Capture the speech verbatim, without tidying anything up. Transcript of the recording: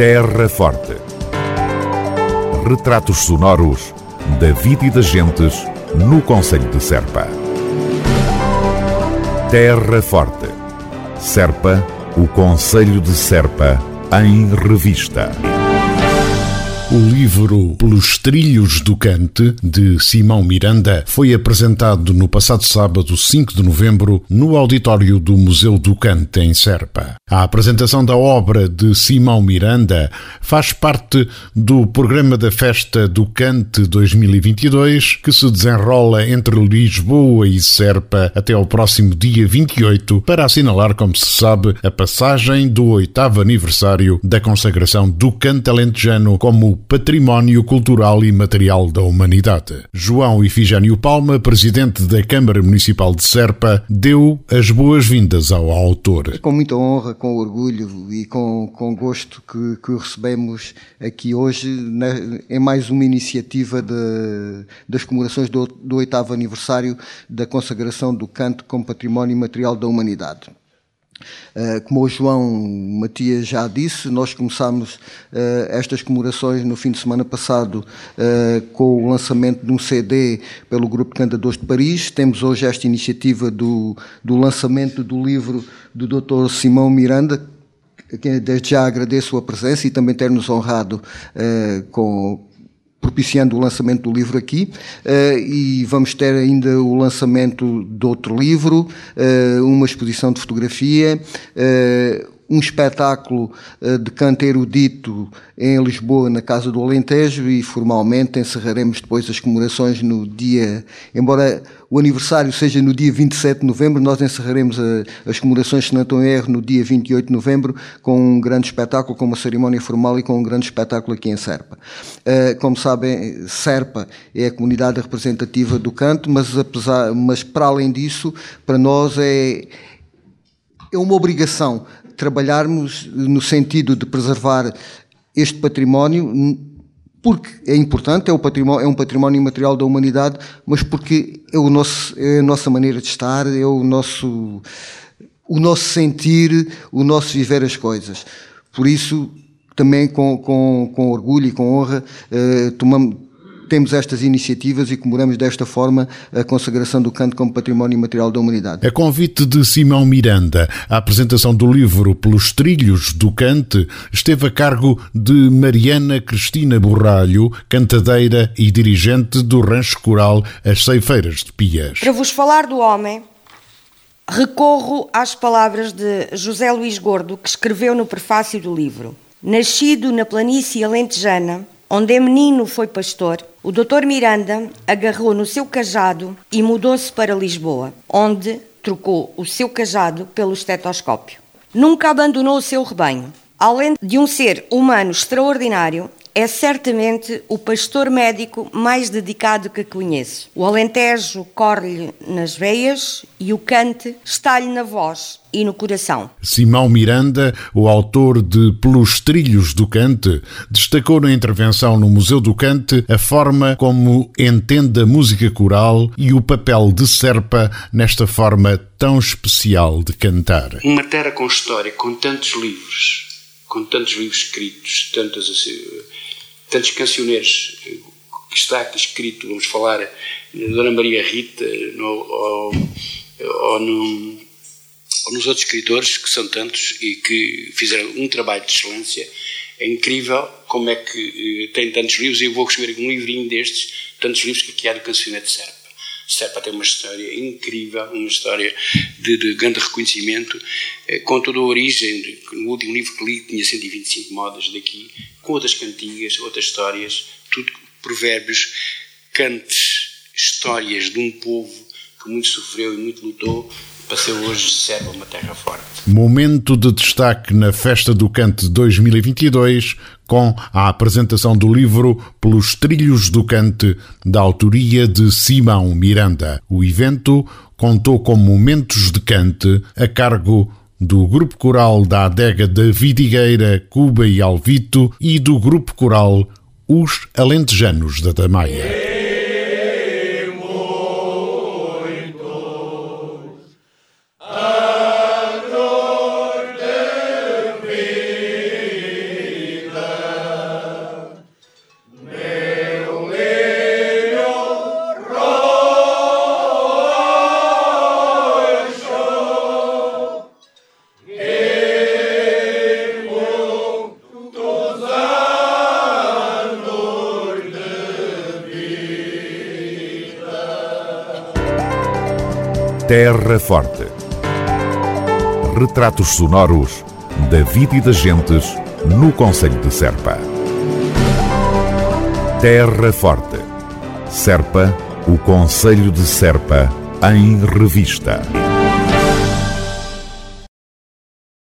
Terra Forte. Retratos sonoros da vida e das gentes no concelho de Serpa. Terra Forte. Serpa, o concelho de Serpa, em revista. O livro Pelos Trilhos do Cante, de Simão Miranda, foi apresentado no passado sábado, cinco de novembro, no auditório do Museu do Cante, em Serpa. A apresentação da obra de Simão Miranda faz parte do programa da Festa do Cante dois mil e vinte e dois, que se desenrola entre Lisboa e Serpa até ao próximo dia vinte e oito, para assinalar, como se sabe, a passagem do oitavo aniversário da consagração do Cante alentejano como Património Cultural e Material da Humanidade. João Ifigênio Palma, presidente da Câmara Municipal de Serpa, deu as boas-vindas ao autor. Com muita honra, com orgulho e com, com gosto que, que o recebemos aqui hoje na, em mais uma iniciativa de, das comemorações do, do oitavo aniversário da consagração do Cante como Património e Material da Humanidade. Uh, como o João Matias já disse, nós começámos uh, estas comemorações no fim de semana passado uh, com o lançamento de um C D pelo Grupo Cantadores de Paris. Temos hoje esta iniciativa do, do lançamento do livro do doutor Simão Miranda, que desde já agradeço a presença e também ter-nos honrado uh, com... propiciando o lançamento do livro aqui, uh, e vamos ter ainda o lançamento de outro livro, uh, uma exposição de fotografia, uh, um espetáculo uh, de canto erudito em Lisboa, na Casa do Alentejo, e formalmente encerraremos depois as comemorações no dia, embora o aniversário seja no dia vinte e sete de novembro, nós encerraremos a, as comemorações, se não estou em erro, no dia vinte e oito de novembro, com um grande espetáculo, com uma cerimónia formal e com um grande espetáculo aqui em Serpa. Uh, como sabem, Serpa é a comunidade representativa do canto, mas, apesar, mas para além disso, para nós é, é uma obrigação trabalharmos no sentido de preservar este património, porque é importante, é, o património, é um património imaterial da humanidade, mas porque é, o nosso, é a nossa maneira de estar, é o nosso, o nosso sentir, o nosso viver as coisas. Por isso, também com, com, com orgulho e com honra, eh, tomamos, temos estas iniciativas e comemoramos desta forma a consagração do canto como património imaterial da humanidade. A convite de Simão Miranda, a apresentação do livro Pelos Trilhos do Cante esteve a cargo de Mariana Cristina Borralho, cantadeira e dirigente do Rancho Coral As Ceifeiras de Pias. Para vos falar do homem, recorro às palavras de José Luís Gordo, que escreveu no prefácio do livro. Nascido na planície alentejana, onde é menino foi pastor, o doutor Miranda agarrou no seu cajado e mudou-se para Lisboa, onde trocou o seu cajado pelo estetoscópio. Nunca abandonou o seu rebanho. Além de um ser humano extraordinário, é certamente o pastor médico mais dedicado que conheço. O Alentejo corre-lhe nas veias e o cante está-lhe na voz e no coração. Simão Miranda, o autor de Pelos Trilhos do Cante, destacou na intervenção no Museu do Cante a forma como entende a música coral e o papel de Serpa nesta forma tão especial de cantar. Uma terra com história, com tantos livros, com tantos livros escritos, tantas, tantos cancioneiros que está aqui escrito, vamos falar de Dona Maria Rita, no, ou, ou, no, ou nos outros escritores, que são tantos e que fizeram um trabalho de excelência. É incrível como é que tem tantos livros, e eu vou escrever um livrinho destes, tantos livros que aqui há do cancioneiro de Serpa. Serpa tem uma história incrível, uma história de, de grande reconhecimento, eh, com toda a origem. De, no último livro que li tinha cento e vinte e cinco modas daqui, com outras cantigas, outras histórias, tudo provérbios, cantes, histórias de um povo que muito sofreu e muito lutou para ser hoje Serpa uma terra forte. Momento de destaque na Festa do Cante dois mil e vinte e dois, com a apresentação do livro Pelos Trilhos do Cante, da autoria de Simão Miranda. O evento contou com momentos de cante a cargo do Grupo Coral da Adega da Vidigueira, Cuba e Alvito e do Grupo Coral Os Alentejanos da Tamaia. Terra Forte. Retratos sonoros da vida e das gentes no concelho de Serpa. Terra Forte. Serpa, o concelho de Serpa, em revista.